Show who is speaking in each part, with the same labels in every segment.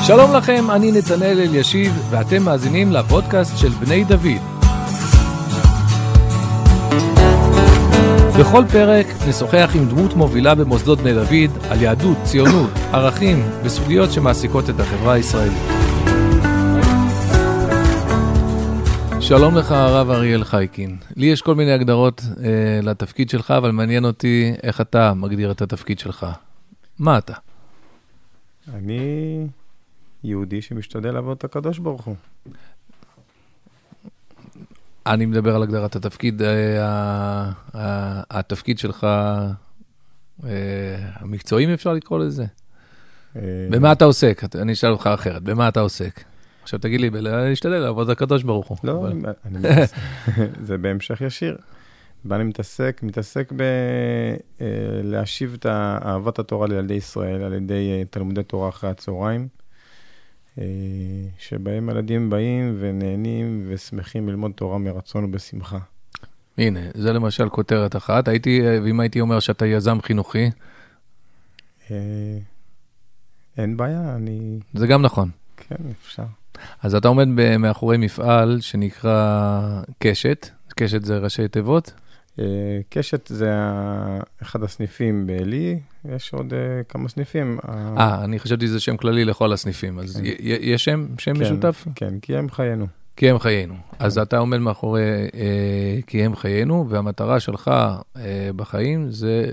Speaker 1: שלום לכם, אני נתנאל אלישיב, ואתם מאזינים לפודקאסט של בני דוד. בכל פרק נשוחח עם דמות מובילה במוסדות בני דוד על יהדות, ציונות, ערכים וסוגיות שמעסיקות את החברה הישראלית. שלום לך הרב אריאל חייקין. לי יש כל מיני הגדרות לתפקיד שלך, אבל מעניין אותי איך אתה מגדיר את התפקיד שלך. מה אתה?
Speaker 2: אני יהודי שמשתדל לעבוד את הקדוש ברוך הוא.
Speaker 1: אני מדבר על הגדרת התפקיד, התפקיד שלך, המקצועי, אם אפשר לקרוא לזה. במה אתה עוסק? אני אשאל אותך אחרת, במה אתה עוסק? עכשיו תגיד לי, להשתדל לעבוד את הקדוש ברוך הוא.
Speaker 2: לא, זה בהמשך ישיר. ואני מתעסק להשיב את אהבת התורה לילדי ישראל, על ידי תלמודי תורה אחרי הצהריים, שבהם ילדים באים ונהנים ושמחים ללמוד תורה מרצון ובשמחה.
Speaker 1: הנה, זה למשל כותרת אחת. ואם הייתי אומר שאתה יזם חינוכי?
Speaker 2: אין בעיה,
Speaker 1: זה גם נכון.
Speaker 2: כן, אפשר.
Speaker 1: אז אתה עומד מאחורי מפעל שנקרא קשת. קשת זה ראשי תיבות?
Speaker 2: קשת זה אחד הסניפים בעלי, יש עוד כמה סניפים.
Speaker 1: אני חשבתי שזה שם כללי לכל הסניפים, אז יש שם משותף?
Speaker 2: כן, כי הם חיינו.
Speaker 1: כי הם חיינו. אז אתה עומד מאחורי כי הם חיינו, והמטרה שלך בחיים זה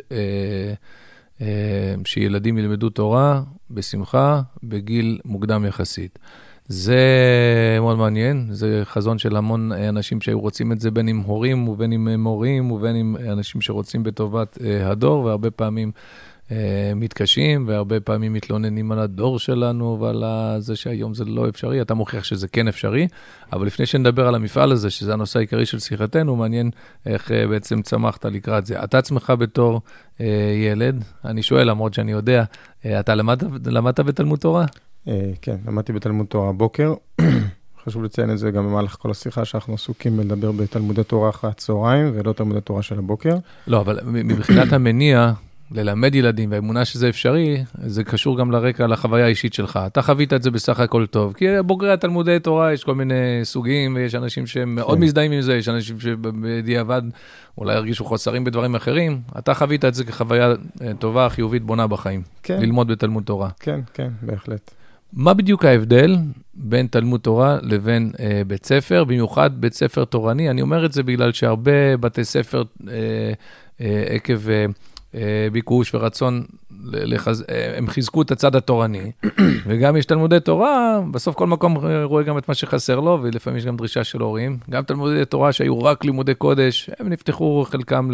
Speaker 1: שילדים ילמדו תורה בשמחה, בגיל מוקדם יחסית. זה מאוד מעניין, זה חזון של המון אנשים שהיו רוצים את זה, בין עם הורים ובין עם מורים ובין עם אנשים שרוצים בטובת הדור, והרבה פעמים מתקשים, והרבה פעמים מתלוננים על הדור שלנו ועל זה שהיום זה לא אפשרי. אתה מוכיח שזה כן אפשרי, אבל לפני שנדבר על המפעל הזה, שזה הנושא העיקרי של שיחתנו, מעניין איך בעצם צמחת לקראת זה. אתה עצמך בתור ילד, אני שואל, למרות שאני יודע, אתה למדת בתלמוד תורה?
Speaker 2: כן, למדתי בתלמוד תורה הבוקר. חשוב לציין את זה גם במהלך כל השיחה שאנחנו עסוקים לדבר בתלמודי תורה אחרי הצהריים, ולא תלמודי תורה של הבוקר.
Speaker 1: לא, אבל מבחינת המניע ללמד ילדים והאמונה שזה אפשרי, זה קשור גם לרקע, לחוויה האישית שלך. אתה חווית את זה בסך הכל טוב, כי בוגרי התלמודי תורה יש כל מיני סוגים, ויש אנשים שמאוד מזדהים עם זה, יש אנשים שבדיעבד אולי הרגישו חוסרים בדברים אחרים. אתה חווית את זה כחוויה טובה, חיובית, בונה בחיים.
Speaker 2: כן.
Speaker 1: ללמוד בתלמוד תורה.
Speaker 2: כן, כן, בהחלט.
Speaker 1: מה בדיוק ההבדל בין תלמוד תורה לבין בית ספר, במיוחד בית ספר תורני? אני אומר את זה בגלל שהרבה בתי ספר עקב ביקוש ורצון, הם חיזקו את הצד התורני, וגם יש תלמודי תורה, בסוף כל מקום רואה גם את מה שחסר לו, ולפעמים יש גם דרישה של הורים. גם תלמודי תורה שהיו רק לימודי קודש, הם נפתחו חלקם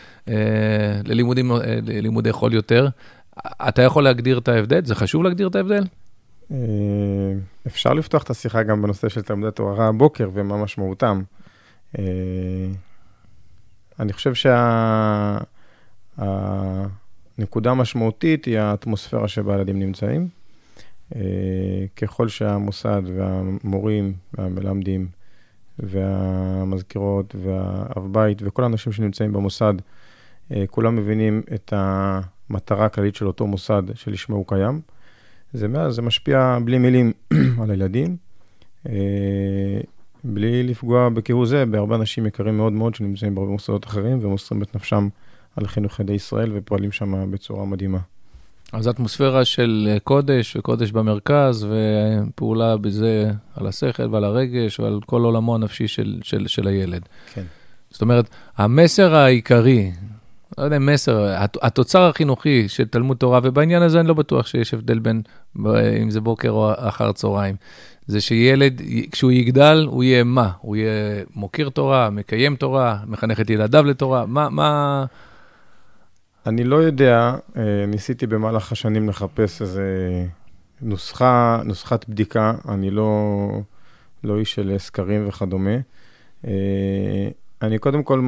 Speaker 1: ללימודי חול יותר. אתה יכול להגדיר את ההבדל? זה חשוב להגדיר את ההבדל?
Speaker 2: אפשר לפתוח את השיחה גם בנושא של תלמודי תורה הבוקר ומה משמעותם. אני חושב שהנקודה המשמעותית היא האטמוספירה שבה ילדים נמצאים. ככל שהמוסד והמורים והמלמדים והמזכירות והאב בית וכל האנשים שנמצאים במוסד, כולם מבינים את המטרה הכללית של אותו מוסד שלשמו הוא קיים. זה משפיע בלי מילים על הילדים, בלי לפגוע בכהוא זה, בהרבה אנשים יקרים מאוד מאוד שנמצאים בהרבה מוסדות אחרים, ומוסרים את נפשם על חינוך ילדי ישראל, ופועלים שם בצורה מדהימה.
Speaker 1: אז אטמוספירה של קודש, וקודש במרכז, ופעולה בזה על השכל ועל הרגש, ועל כל עולמו הנפשי של הילד.
Speaker 2: כן.
Speaker 1: זאת אומרת, המסר העיקרי, לא יודע, התוצר החינוכי של תלמוד תורה, ובעניין הזה אני לא בטוח שיש הבדל בין, אם זה בוקר או אחר צהריים, זה שילד, כשהוא יגדל, הוא יהיה מה? הוא יהיה מוקיר תורה, מקיים תורה, מחנך את ילדיו לתורה, מה?
Speaker 2: אני לא יודע, ניסיתי במהלך השנים לחפש איזה נוסחת בדיקה, אני לא איש של סקרים וכדומה. אני קודם כל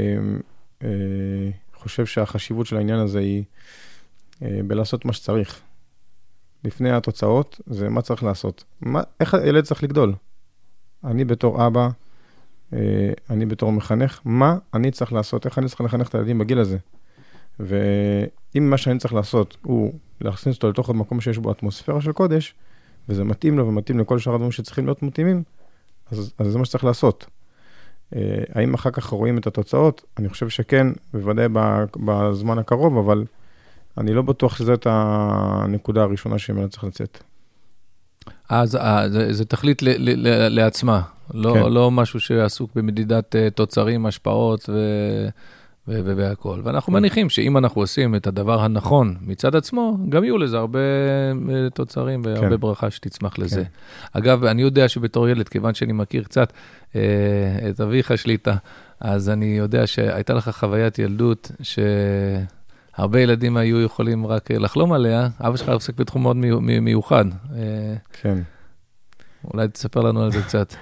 Speaker 2: חושב שהחשיבות של העניין הזה היא בלעשות מה שצריך. לפני התוצאות, זה מה צריך לעשות. איך הילד צריך לגדול? אני בתור אבא, אני בתור מחנך, מה אני צריך לעשות? איך אני צריך לחנך את הילדים בגיל הזה? ואם מה שאני צריך לעשות הוא להכניס אותו לתוך המקום שיש בו אטמוספירה של קודש, וזה מתאים לו ומתאים לכל שאר הדברים שצריכים להיות מתאימים, אז זה מה שצריך לעשות. האם אחר כך רואים את התוצאות? אני חושב שכן, בוודאי בזמן הקרוב, אבל אני לא בטוח שזאת הנקודה הראשונה שממנה צריך לצאת.
Speaker 1: אז זה תכלית לעצמה, לא משהו שעסוק במדידת תוצרים, השפעות והכל. ואנחנו מניחים שאם אנחנו עושים את הדבר הנכון מצד עצמו, גם יהיו לזה הרבה תוצרים והרבה ברכה שתצמח לזה. אגב, אני יודע שבתור ילד, כיוון שאני מכיר קצת את אביך שליטה, אז אני יודע שהייתה לך חוויית ילדות הרבה ילדים היו יכולים רק לחלום עליה, אבא שלך עוסק בתחום מאוד מיוחד.
Speaker 2: כן.
Speaker 1: אולי תספר לנו על זה קצת.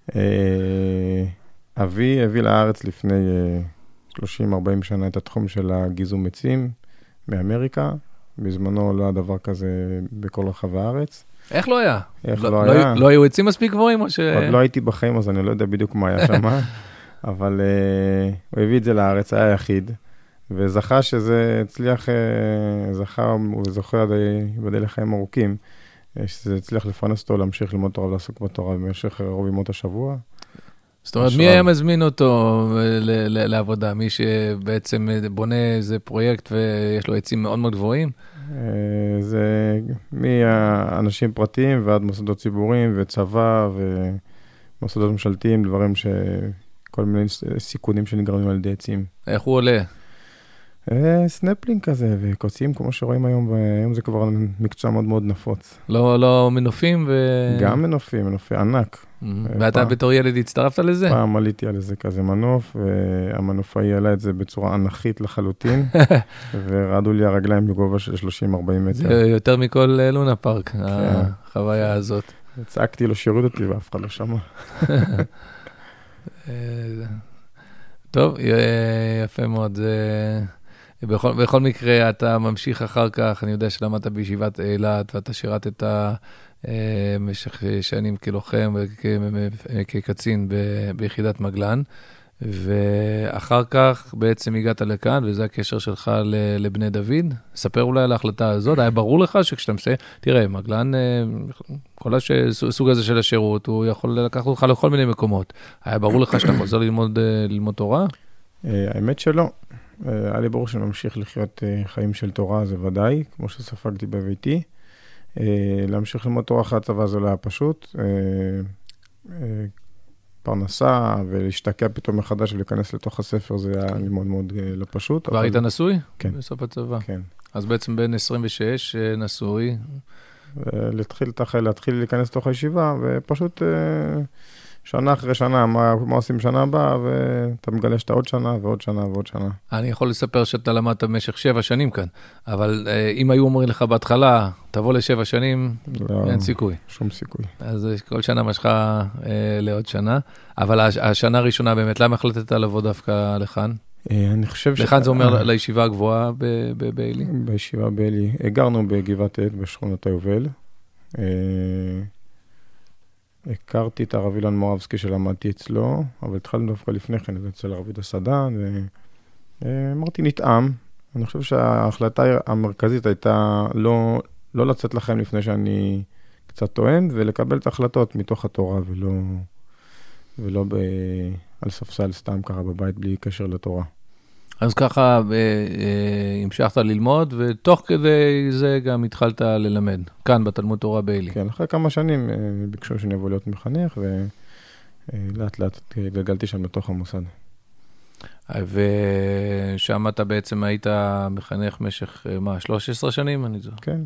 Speaker 2: אבי הביא לארץ לפני 30-40 שנה את התחום של הגיזום עצים מאמריקה. בזמנו לא היה דבר כזה בכל רחבי הארץ.
Speaker 1: איך לא היה?
Speaker 2: איך לא היה?
Speaker 1: לא היו עצים מספיק גבוהים או ש...
Speaker 2: עוד לא הייתי בחיים, אז אני לא יודע בדיוק מה היה שם. אבל הוא הביא את זה לארץ, היה יחיד. וזכה שזה הצליח, זכה וזוכה עד לחיים ארוכים, שזה הצליח לפרנס אותו, להמשיך ללמוד תורה ולעסוק בתורה במשך רוב ימות השבוע.
Speaker 1: זאת אומרת, מי היה מזמין אותו לעבודה? מי שבעצם בונה איזה פרויקט ויש לו עצים מאוד מאוד גבוהים?
Speaker 2: זה מאנשים פרטיים ועד מוסדות ציבוריים וצבא ומוסדות ממשלתיים, דברים כל מיני סיכונים שנגרמים על ידי עצים.
Speaker 1: איך הוא עולה?
Speaker 2: סנפלינג כזה, וקוצים, כמו שרואים היום, היום זה כבר מקצוע מאוד מאוד נפוץ.
Speaker 1: לא מנופים
Speaker 2: גם מנופי ענק.
Speaker 1: ואתה בתור ילד הצטרפת לזה?
Speaker 2: פעם עליתי על איזה כזה מנוף, והמנופאי העלה את זה בצורה אנכית לחלוטין, ורעדו לי הרגליים בגובה של 30-40 מטר.
Speaker 1: זה יותר מכל לונה פארק, החוויה הזאת.
Speaker 2: צעקתי לו שירות אותי, ואף אחד לא שמע.
Speaker 1: טוב, יפה מאוד. בכל מקרה, אתה ממשיך אחר כך, אני יודע שלמדת בישיבת אילת, ואתה שירתת במשך שנים כלוחם וכקצין ביחידת מגלן, ואחר כך בעצם הגעת לכאן, וזה הקשר שלך לבני דוד. ספר אולי על ההחלטה הזאת, היה ברור לך שכשאתה מסיים, תראה, מגלן, כל הסוג הזה של השירות, הוא יכול לקחת אותך לכל מיני מקומות. היה ברור לך שאתה חוזר ללמוד תורה?
Speaker 2: האמת שלא. היה לי ברור שנמשיך לחיות חיים של תורה, זה ודאי, כמו שספגתי בביתי. להמשיך ללמוד תורה אחרי הצבא זה לא היה פשוט. פרנסה ולהשתקע פתאום מחדש ולהיכנס לתוך הספר, זה היה מאוד מאוד לא פשוט.
Speaker 1: כבר היית נשוי?
Speaker 2: כן.
Speaker 1: בסוף הצבא?
Speaker 2: כן.
Speaker 1: אז בעצם בין 26 נשוי.
Speaker 2: להתחיל להיכנס לתוך הישיבה, ופשוט שנה אחרי שנה, מה עושים שנה הבאה, ואתה מגלה שאתה עוד שנה ועוד שנה ועוד שנה.
Speaker 1: אני יכול לספר שאתה למדת במשך 7 שנים כאן, אבל אם היו אומרים לך בהתחלה, תבוא ל7 שנים, אין סיכוי.
Speaker 2: שום סיכוי.
Speaker 1: אז כל שנה משכה לעוד שנה, אבל השנה הראשונה באמת, למה החלטת לבוא דווקא לכאן?
Speaker 2: אני חושב
Speaker 1: לכאן זה אומר לישיבה הגבוהה באלי?
Speaker 2: בישיבה באלי. הגרנו בגבעת עד בשכונת היובל. הכרתי את הרב אילן מורבסקי שלמדתי אצלו, אבל התחלנו דווקא לפני כן, אצל הרב יהודה סדן, ואמרתי נטעם. אני חושב שההחלטה המרכזית הייתה לא לצאת לכם לפני שאני קצת טוען, ולקבל את ההחלטות מתוך התורה, ולא על ספסל סתם ככה בבית בלי קשר לתורה.
Speaker 1: אז ככה המשכת ללמוד, ותוך כדי זה גם התחלת ללמד, כאן בתלמוד תורה באלי.
Speaker 2: כן, אחרי כמה שנים ביקשו שאני אבוא להיות מחנך, ולאט לאט גלגלתי שם לתוך המוסד.
Speaker 1: ושם אתה בעצם היית מחנך במשך, 13 שנים?
Speaker 2: כן.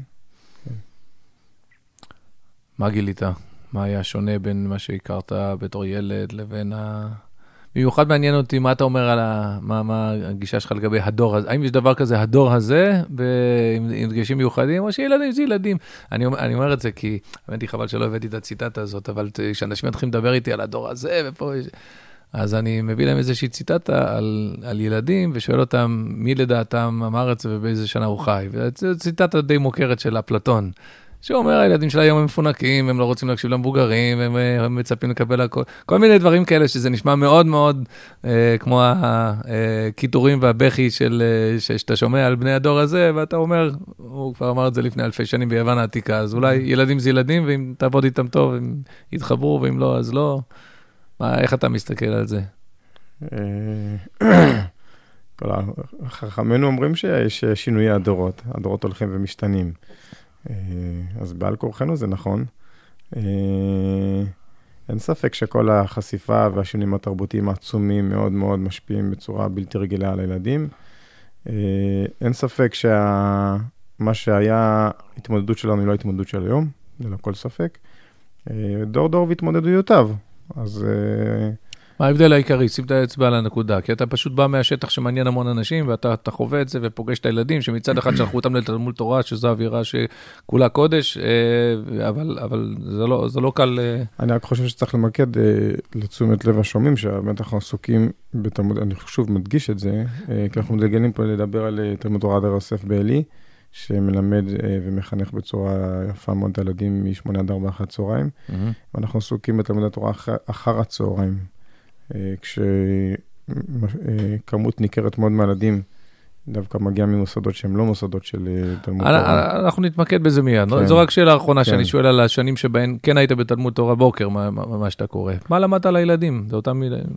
Speaker 1: מה גילית? מה היה שונה בין מה שהכרת בתור ילד לבין במיוחד מעניין אותי מה אתה אומר על מה הגישה שלך לגבי הדור הזה. האם יש דבר כזה, הדור הזה, עם דגשים מיוחדים, או שילדים, זה ילדים. אני אומר את זה כי, האמת חבל שלא הבאתי את הציטטה הזאת, אבל כשאנשים מתחילים לדבר איתי על הדור הזה, ופה, אז אני מביא להם איזושהי ציטטה על ילדים, ושואל אותם מי לדעתם אמר את זה ובאיזה שנה הוא חי. וזו ציטטה די מוכרת של אפלטון, שהוא אומר, הילדים של היום הם מפונקים, הם לא רוצים להקשיב למבוגרים, הם מצפים לקבל הכל. כל מיני דברים כאלה שזה נשמע מאוד מאוד כמו הכיתורים והבכי שאתה שומע על בני הדור הזה, ואתה אומר, הוא כבר אמר את זה לפני אלפי שנים ביוון העתיקה, אז אולי ילדים זה ילדים, ואם תעבוד איתם טוב, הם יתחברו, ואם לא, אז לא. איך אתה מסתכל על זה?
Speaker 2: חכמינו אומרים שיש שינויי הדורות, הדורות הולכים ומשתנים. אז בעל כורחנו זה נכון. אין ספק שכל החשיפה והשינויים התרבותיים העצומים מאוד מאוד משפיעים בצורה בלתי רגילה על הילדים. אין ספק שמה שהיה התמודדות שלנו היא לא התמודדות של היום, ללא כל ספק. דור דור והתמודדויותיו. אז
Speaker 1: מה ההבדל העיקרי? שים את האצבע על הנקודה, כי אתה פשוט בא מהשטח שמעניין המון אנשים, ואתה חווה את זה ופוגש את הילדים, שמצד אחד שלחו אותם לתלמוד תורה, שזו אווירה שכולה קודש, אבל זה לא קל.
Speaker 2: אני רק חושב שצריך למקד לתשומת לב השומעים, שבאמת אנחנו עסוקים בתלמוד, אני שוב מדגיש את זה, כי אנחנו מדגלים פה לדבר על תלמוד תורה הר יוסף בעלי, שמלמד ומחנך בצורה יפה מאוד את הילדים מ-8 עד 4 אחרי הצהריים, ואנחנו עסוקים בתלמוד התורה אחר הצהריים. כשכמות ניכרת מאוד מהילדים דווקא מגיעה ממוסדות שהם לא מוסדות של תלמוד תורה.
Speaker 1: אנחנו נתמקד בזה מיד. זו רק שאלה האחרונה שאני שואל על השנים שבהן כן היית בתלמוד תורה בוקר, מה שאתה קורא. מה למדת על הילדים? זה אותם מילים.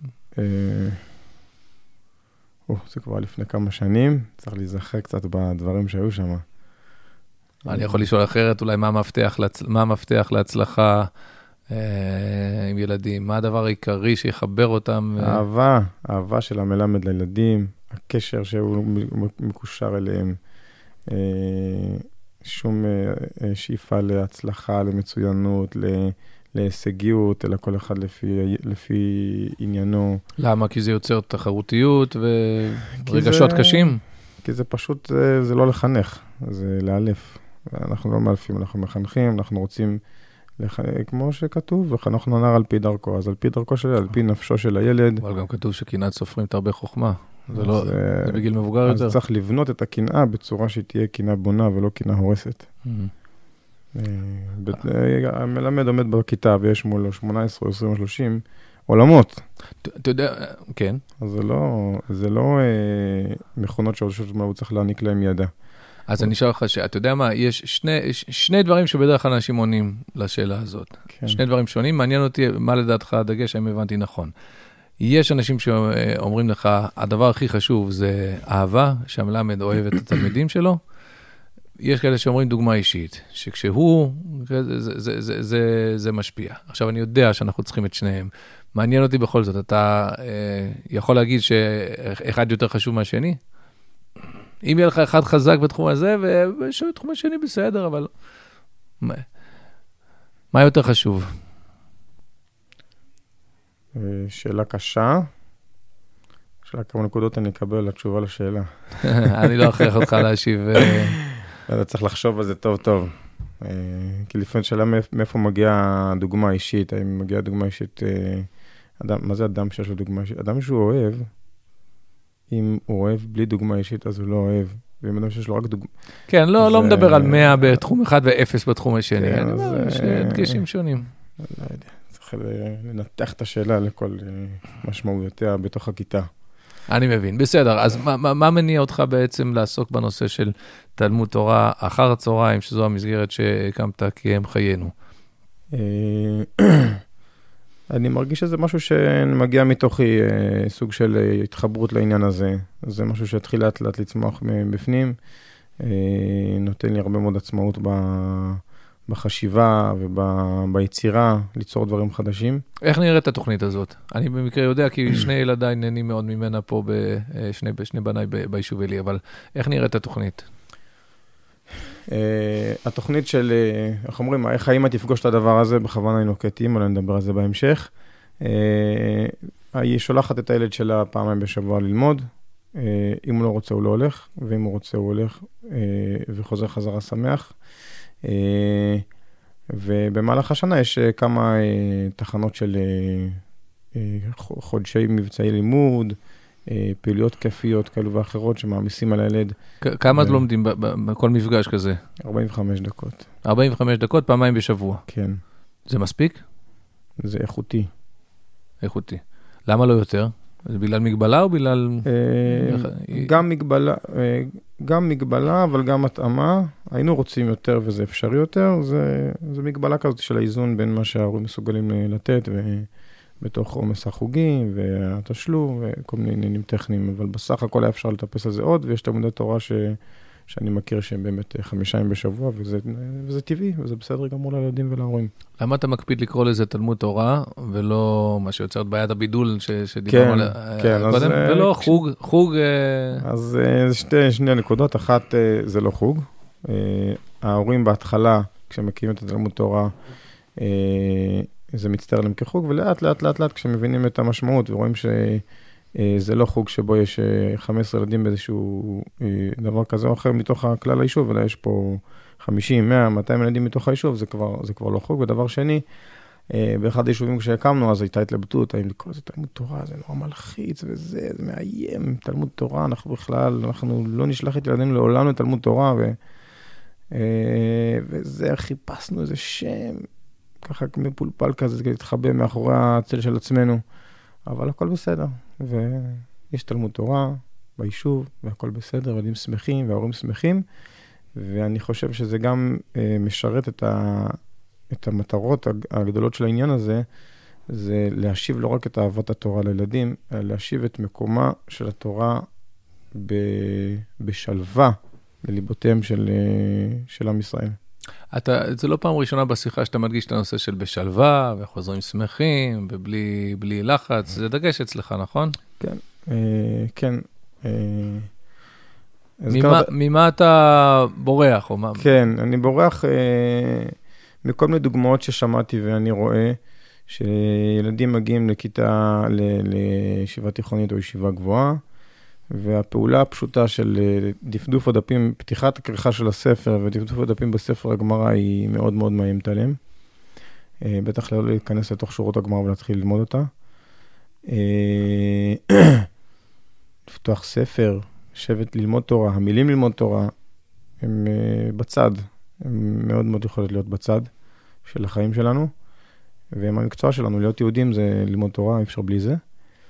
Speaker 2: זה כבר לפני כמה שנים, צריך להיזכר קצת בדברים שהיו שם.
Speaker 1: אני יכול לשאול אחרת, אולי מה המפתח להצלחה עם ילדים? מה הדבר העיקרי שיחבר אותם?
Speaker 2: אהבה של המלמד לילדים, הקשר שהוא מקושר אליהם, שום שאיפה להצלחה, למצוינות, להישגיות, אלא כל אחד לפי עניינו.
Speaker 1: למה? כי זה יוצר תחרותיות ורגשות קשים?
Speaker 2: כי זה פשוט, זה לא לחנך, זה לאלף. אנחנו לא מאלפים, אנחנו מחנכים, אנחנו רוצים, כמו שכתוב, לחנוך נער על פי דרכו, אז על פי דרכו של, על פי נפשו של הילד.
Speaker 1: אבל גם כתוב שקנאת סופרים תרבה חוכמה. זה בגיל מבוגר יותר.
Speaker 2: אז צריך לבנות את הקנאה בצורה שתהיה קנאה בונה ולא קנאה הורסת. המלמד עומד בכיתה ויש מולו 18, 20, 30 עולמות.
Speaker 1: אתה יודע, כן.
Speaker 2: אז זה לא מכונות שהוא צריך להעניק להם ידע.
Speaker 1: אז אני אשאל לך שאתה יודע מה, יש שני דברים שבדרך כלל אנשים עונים לשאלה הזאת. שני דברים שונים, מעניין אותי מה לדעתך הדגש, האם הבנתי נכון. יש אנשים שאומרים לך, הדבר הכי חשוב זה אהבה, שהמלמד אוהב את התלמידים שלו. יש כאלה שאומרים דוגמה אישית, שכשהוא, זה משפיע. עכשיו אני יודע שאנחנו צריכים את שניהם. מעניין אותי בכל זאת, אתה יכול להגיד שאחד יותר חשוב מהשני? אם יהיה לך אחד חזק בתחום הזה, ובתחום השני בסדר, אבל מה יותר חשוב?
Speaker 2: שאלה קשה. שאלה כמה נקודות אני אקבל לתשובה לשאלה.
Speaker 1: אני לא אכריח אותך להשיב.
Speaker 2: אתה צריך לחשוב על זה טוב טוב. כי לפעמים שאלה מאיפה מגיעה דוגמה אישית, האם מגיעה דוגמה אישית, מה זה אדם שיש לו דוגמה אישית? אדם שהוא אוהב, אם הוא אוהב בלי דוגמה אישית, אז הוא לא אוהב. ואם אדם שיש לו רק דוגמה...
Speaker 1: כן, לא מדבר על 100 בתחום אחד ו0 בתחום השני. אני אומר, שני דגשים שונים.
Speaker 2: לא יודע, צריך לנתח את השאלה לכל משמעויותיה בתוך הכיתה.
Speaker 1: אני מבין, בסדר. אז מה מניע אותך בעצם לעסוק בנושא של תלמוד תורה אחר הצהריים, שזו המסגרת שהקמת כי הם חיינו?
Speaker 2: אני מרגיש שזה משהו שמגיע מתוכי, סוג של התחברות לעניין הזה. זה משהו שהתחיל לאט לאט לצמוח בפנים, נותן לי הרבה מאוד עצמאות בחשיבה וביצירה, ליצור דברים חדשים.
Speaker 1: איך נראית התוכנית הזאת? אני במקרה יודע, כי שני ילדיי נהנים מאוד ממנה פה, שני בניי ביישוב אלי, אבל איך נראית התוכנית?
Speaker 2: התוכנית של, איך אומרים, איך האמא תפגוש את הדבר הזה, בכוונה אני נוקטים, אבל אני נדבר על זה בהמשך. היא שולחת את הילד שלה פעמיים בשבוע ללמוד, אם הוא לא רוצה הוא לא הולך, ואם הוא רוצה הוא הולך וחוזר חזרה שמח. ובמהלך השנה יש כמה תחנות של חודשי מבצעי לימוד, פעילויות כיפיות כאלו ואחרות שמעמיסים על הילד.
Speaker 1: כמה את לומדים בכל מפגש כזה?
Speaker 2: 45 דקות.
Speaker 1: 45 דקות, פעמיים בשבוע.
Speaker 2: כן.
Speaker 1: זה מספיק?
Speaker 2: זה איכותי.
Speaker 1: איכותי. למה לא יותר? זה בגלל מגבלה או בגלל...
Speaker 2: גם מגבלה, אבל גם התאמה. היינו רוצים יותר וזה אפשרי יותר. זה מגבלה כזאת של האיזון בין מה שההורים מסוגלים לתת, ובתוך עומס החוגים והתשלום וכל מיני עניינים טכניים. אבל בסך הכל היה אפשר לטפס על זה עוד, ויש תלמודי תורה שאני מכיר שהם באמת 5 ימים בשבוע, וזה טבעי, וזה בסדר גמור לילדים ולהורים.
Speaker 1: למה אתה מקפיד לקרוא לזה תלמוד תורה, ולא מה שיוצרת בעיית הבידול שדיברנו עליה קודם, ולא חוג...
Speaker 2: אז שני נקודות, אחת זה לא חוג. ההורים בהתחלה, כשמקימים את התלמוד תורה, זה מצטער להם כחוג, ולאט לאט כשמבינים את המשמעות, ורואים זה לא חוג שבו יש 15 ילדים באיזשהו דבר כזה או אחר מתוך הכלל היישוב, אלא יש פה 50, 100, 200 ילדים מתוך היישוב, זה כבר לא חוג. ודבר שני, באחד היישובים כשהקמנו, אז הייתה התלבטות, האם לקרוא לזה תלמוד תורה, זה נורא מלחיץ וזה, זה מאיים, תלמוד תורה, אנחנו לא נשלח את ילדינו לעולם לתלמוד תורה, וזה, חיפשנו איזה שם, ככה מפולפל כזה, להתחבא מאחורי הצל של עצמנו, אבל הכל בסדר, ויש תלמוד תורה ביישוב, והכל בסדר, ילדים שמחים וההורים שמחים, ואני חושב שזה גם משרת את המטרות הגדולות של העניין הזה, זה להשיב לא רק את אהבת התורה לילדים, אלא להשיב את מקומה של התורה בשלווה לליבותיהם של עם ישראל.
Speaker 1: זה לא פעם ראשונה בשיחה שאתה מדגיש את הנושא של בשלווה, וחוזרים שמחים, ובלי לחץ, זה דגש אצלך, נכון?
Speaker 2: כן, כן.
Speaker 1: ממה אתה בורח?
Speaker 2: כן, אני בורח מכל מיני דוגמאות ששמעתי ואני רואה, שילדים מגיעים לישיבה תיכונית או ישיבה גבוהה, והפעולה הפשוטה של דפדוף הדפים, פתיחת הכריכה של הספר ודפדוף הדפים בספר הגמרא היא מאוד מאוד מאיימת עליהם. בטח לא להיכנס לתוך שורות הגמרא ולהתחיל ללמוד אותה. לפתוח ספר, לשבת ללמוד תורה, המילים ללמוד תורה, הם בצד, הם מאוד מאוד יכולות להיות בצד של החיים שלנו, והם המקצוע שלנו, להיות יהודים זה ללמוד תורה, אי אפשר בלי זה.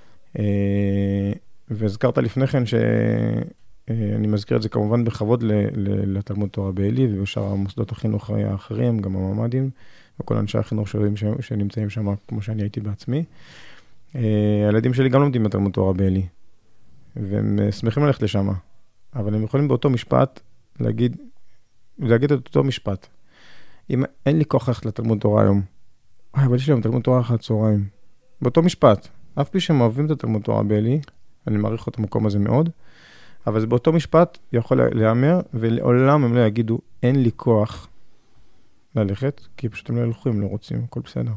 Speaker 2: והזכרת לפני כן שאני מזכיר את זה כמובן בכבוד לתלמוד תורה בעלי ובשאר המוסדות החינוך האחרים, גם הממ"דים וכל אנשי החינוך שנמצאים שם כמו שאני הייתי בעצמי. הילדים שלי גם לומדים בתלמוד תורה בעלי, והם שמחים ללכת לשם, אבל הם יכולים באותו משפט להגיד את אותו משפט. אם אין לי כוח ללכת לתלמוד תורה היום, אבל יש לי תלמוד תורה אחת צהריים. באותו משפט, אף פי שהם אוהבים את התלמוד תורה בעלי, אני מעריך את המקום הזה מאוד, אבל זה באותו משפט יכול להיאמר, ולעולם הם לא יגידו, אין לי כוח ללכת, כי פשוט הם לא ילכו, הם לא רוצים, הכל בסדר.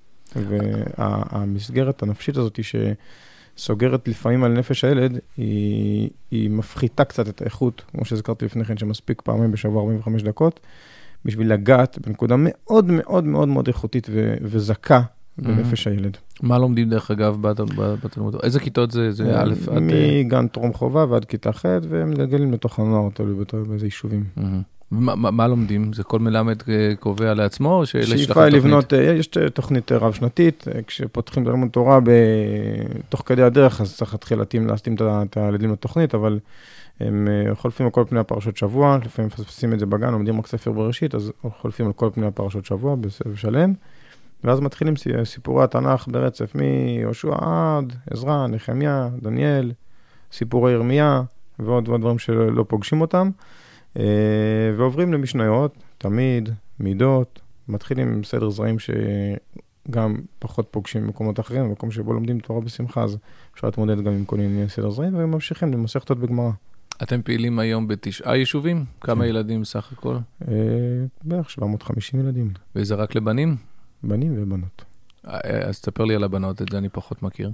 Speaker 2: והמסגרת הנפשית הזאת שסוגרת לפעמים על נפש הילד, היא מפחיתה קצת את האיכות, כמו שהזכרתי לפני כן, שמספיק פעמים בשבוע 45 דקות, בשביל לגעת בנקודה מאוד מאוד מאוד מאוד איכותית וזכה בנפש הילד.
Speaker 1: מה לומדים דרך אגב בתלמוד? איזה כיתות זה א' עד...
Speaker 2: מגן טרום חובה ועד כיתה ח' והם מגלגלים לתוך הנוער, תלוי באיזה יישובים.
Speaker 1: מה לומדים? זה כל מלמד קובע לעצמו או שיש לך תוכנית?
Speaker 2: שאיפה לבנות, יש תוכנית רב שנתית, כשפותחים תלמוד תורה תוך כדי הדרך, אז צריך להתחיל להסתים את הילדים לתוכנית, אבל הם חולפים על כל פני הפרשות שבוע, לפעמים מפספסים את זה בגן, לומדים רק ספר בראשית, אז חולפים על כל פני הפרשות שבוע בסבב שלם. ואז מתחילים סיפורי התנ"ך ברצף, מיהושע עד עזרא, נחמיה, דניאל, סיפורי ירמיה, ועוד דברים שלא פוגשים אותם, ועוברים למשניות, תמיד, מידות, מתחילים עם סדר זרעים שגם פחות פוגשים במקומות אחרים, במקום שבו לומדים תורה בשמחה, אז אפשר להתמודד גם עם כל מיני סדר זרעים, והם ממשיכים למסכתות בגמרא.
Speaker 1: אתם פעילים היום ב9 יישובים? כמה ילדים סך הכל?
Speaker 2: בערך 750 ילדים.
Speaker 1: וזה רק לבנים?
Speaker 2: בנים ובנות.
Speaker 1: אז תספר לי על הבנות, את זה אני פחות מכיר.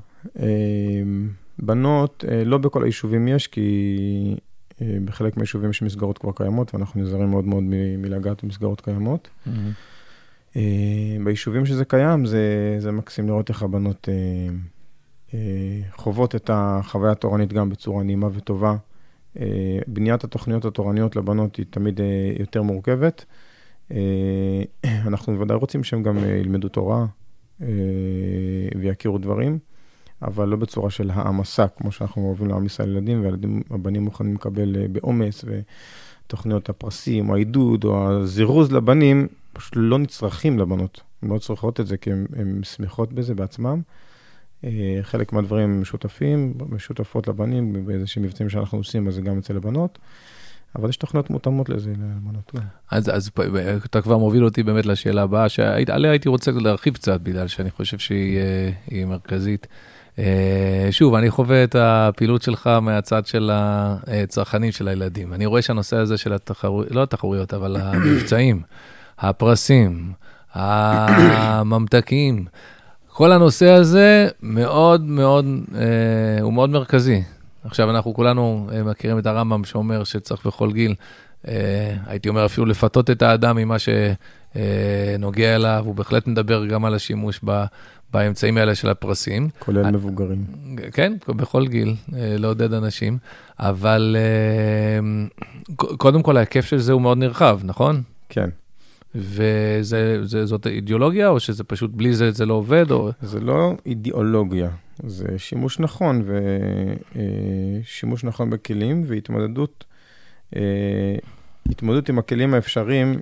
Speaker 2: בנות, לא בכל היישובים יש, כי בחלק מהיישובים יש מסגרות כבר קיימות, ואנחנו נזהרים מאוד מאוד מלגעת במסגרות קיימות. ביישובים שזה קיים, זה מקסים לראות איך הבנות חוות את החוויה התורנית גם בצורה נעימה וטובה. בניית התוכניות התורניות לבנות היא תמיד יותר מורכבת. אנחנו בוודאי רוצים שהם גם ילמדו תורה ויכירו דברים, אבל לא בצורה של העמסה, כמו שאנחנו אוהבים להעמיס על ילדים, והבנים מוכנים לקבל באומץ, ותוכניות הפרסים, או העידוד, או הזירוז לבנים, פשוט לא נצרכים לבנות. הן לא צריכות את זה, כי הן שמחות בזה בעצמם. חלק מהדברים משותפות לבנים, באיזושהי מבצעים שאנחנו עושים, אז זה גם אצל לבנות. אבל יש תוכניות מותאמות לזה, לבנות.
Speaker 1: אז אתה כבר מוביל אותי באמת לשאלה הבאה, שעליה הייתי רוצה להרחיב קצת, בגלל שאני חושב שהיא מרכזית. שוב, אני חווה את הפעילות שלך מהצד של הצרכנים של הילדים. אני רואה שהנושא הזה של לא התחרויות, אבל המבצעים, הפרסים, הממתקים, כל הנושא הזה מאוד מאוד, הוא מאוד מרכזי. עכשיו אנחנו כולנו מכירים את הרמב"ם שאומר שצריך בכל גיל, הייתי אומר אפילו לפתות את האדם ממה שנוגע אליו, הוא בהחלט מדבר גם על השימוש באמצעים האלה של הפרסים.
Speaker 2: כולל מבוגרים.
Speaker 1: כן, בכל גיל, לעודד אנשים, אבל קודם כל ההיקף של זה הוא מאוד נרחב, נכון?
Speaker 2: כן.
Speaker 1: וזאת אידיאולוגיה, או שזה פשוט בלי זה, זה לא עובד? או...
Speaker 2: זה לא אידיאולוגיה, זה שימוש נכון, ושימוש נכון בכלים, והתמודדות עם הכלים האפשריים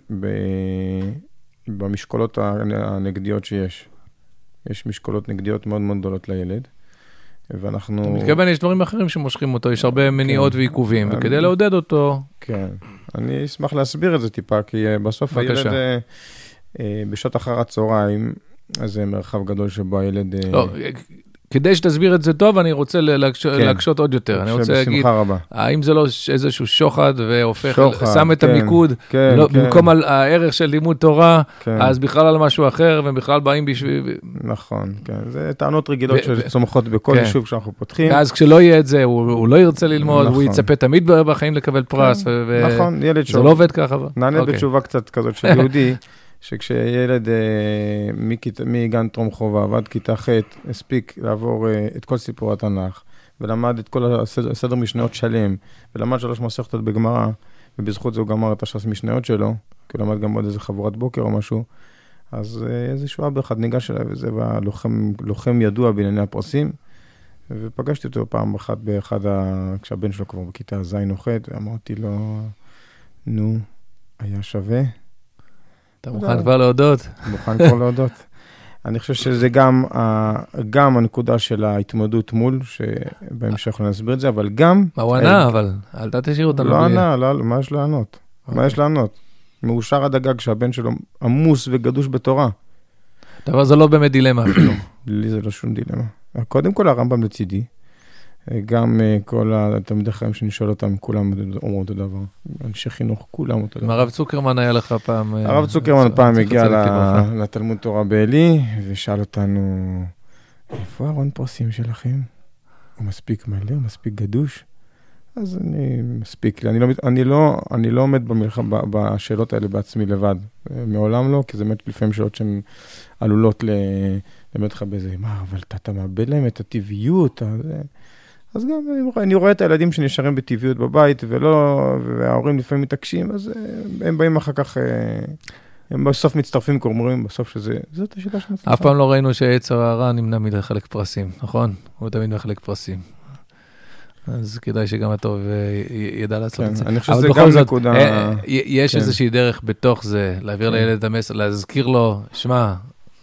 Speaker 2: במשקולות הנגדיות שיש. יש משקולות נגדיות מאוד מאוד גדולות לילד, ואנחנו...
Speaker 1: אתה מתכוון, יש דברים אחרים שמושכים אותו, יש הרבה מניעות ועיכובים, וכדי לעודד אותו...
Speaker 2: כן, אני אשמח להסביר את זה טיפה, כי בסוף הילד בשעות אחר הצהריים, אז זה מרחב גדול שבו הילד...
Speaker 1: כדי שתסביר את זה טוב, אני רוצה להקשות עוד יותר. אני רוצה להגיד, האם זה לא איזשהו שוחד והופך, שם את המיקוד, במקום על הערך של לימוד תורה, אז בכלל על משהו אחר, והם בכלל באים בשביל...
Speaker 2: נכון, כן. זה טענות רגילות שצומחות בכל יישוב שאנחנו פותחים.
Speaker 1: ואז כשלא יהיה את זה, הוא לא ירצה ללמוד, הוא יצפה תמיד בחיים לקבל פרס.
Speaker 2: נכון, ילד
Speaker 1: זה לא עובד ככה.
Speaker 2: נענה בתשובה קצת כזאת של יהודי, שכשילד מגן טרום חובה ועד כיתה ח' הספיק לעבור את כל סיפור התנ"ך, ולמד את כל הסדר משניות שלם, ולמד 3 מסכתות בגמרא, ובזכות זה הוא גמר את הש"ס משניות שלו, כי הוא למד גם עוד איזה חבורת בוקר או משהו, אז איזשהו אבא אחד ניגש אליי, וזה לוחם ידוע בענייני הפרסים, ופגשתי אותו פעם אחת כשהבן שלו כבר בכיתה ז' או ח', ואמרתי לו, נו, היה שווה.
Speaker 1: אתה מוכן כבר להודות?
Speaker 2: מוכן כבר להודות. אני חושב שזה גם הנקודה של ההתמודדות מול, שבהמשך לא נסביר את זה, אבל גם...
Speaker 1: מה הוא ענה, אבל אל תשאיר אותנו.
Speaker 2: לא ענה, מה יש לענות? מה יש לענות? מאושר עד הגג שהבן שלו עמוס וגדוש בתורה.
Speaker 1: אבל זה לא באמת דילמה אפילו.
Speaker 2: לי זה לא שום דילמה. קודם כל הרמב"ם לצידי, גם כל התלמידי חיים שנשאל אותם, כולם אומרים אותו דבר. אנשי חינוך, כולם אותו דבר.
Speaker 1: הרב צוקרמן היה לך פעם...
Speaker 2: הרב צוקרמן פעם הגיע לתלמוד תורה בעלי, ושאל אותנו, איפה ארון פרסים שלכם? הוא מספיק מלא, הוא מספיק גדוש? אז אני מספיק לי. אני לא עומד בשאלות האלה בעצמי לבד. מעולם לא, כי זה באמת לפעמים שאלות שהן עלולות ללמד לך באיזה, מה, אבל אתה מאבד להם את הטבעיות, אז גם אני רואה את הילדים שנשארים בטבעיות בבית, וההורים לפעמים מתעקשים, אז הם באים אחר כך, הם בסוף מצטרפים כורמורים, בסוף זאת השאלה שאני מצטרפה.
Speaker 1: אף פעם לא ראינו שיצר הרע נמנע מלחלק פרסים, נכון? הוא תמיד מחלק פרסים. אז כדאי שגם הטוב ידע לעשות את זה.
Speaker 2: אני חושב שזה גם נקודה...
Speaker 1: יש איזושהי דרך בתוך זה, להעביר לילד את המסר, להזכיר לו, שמע,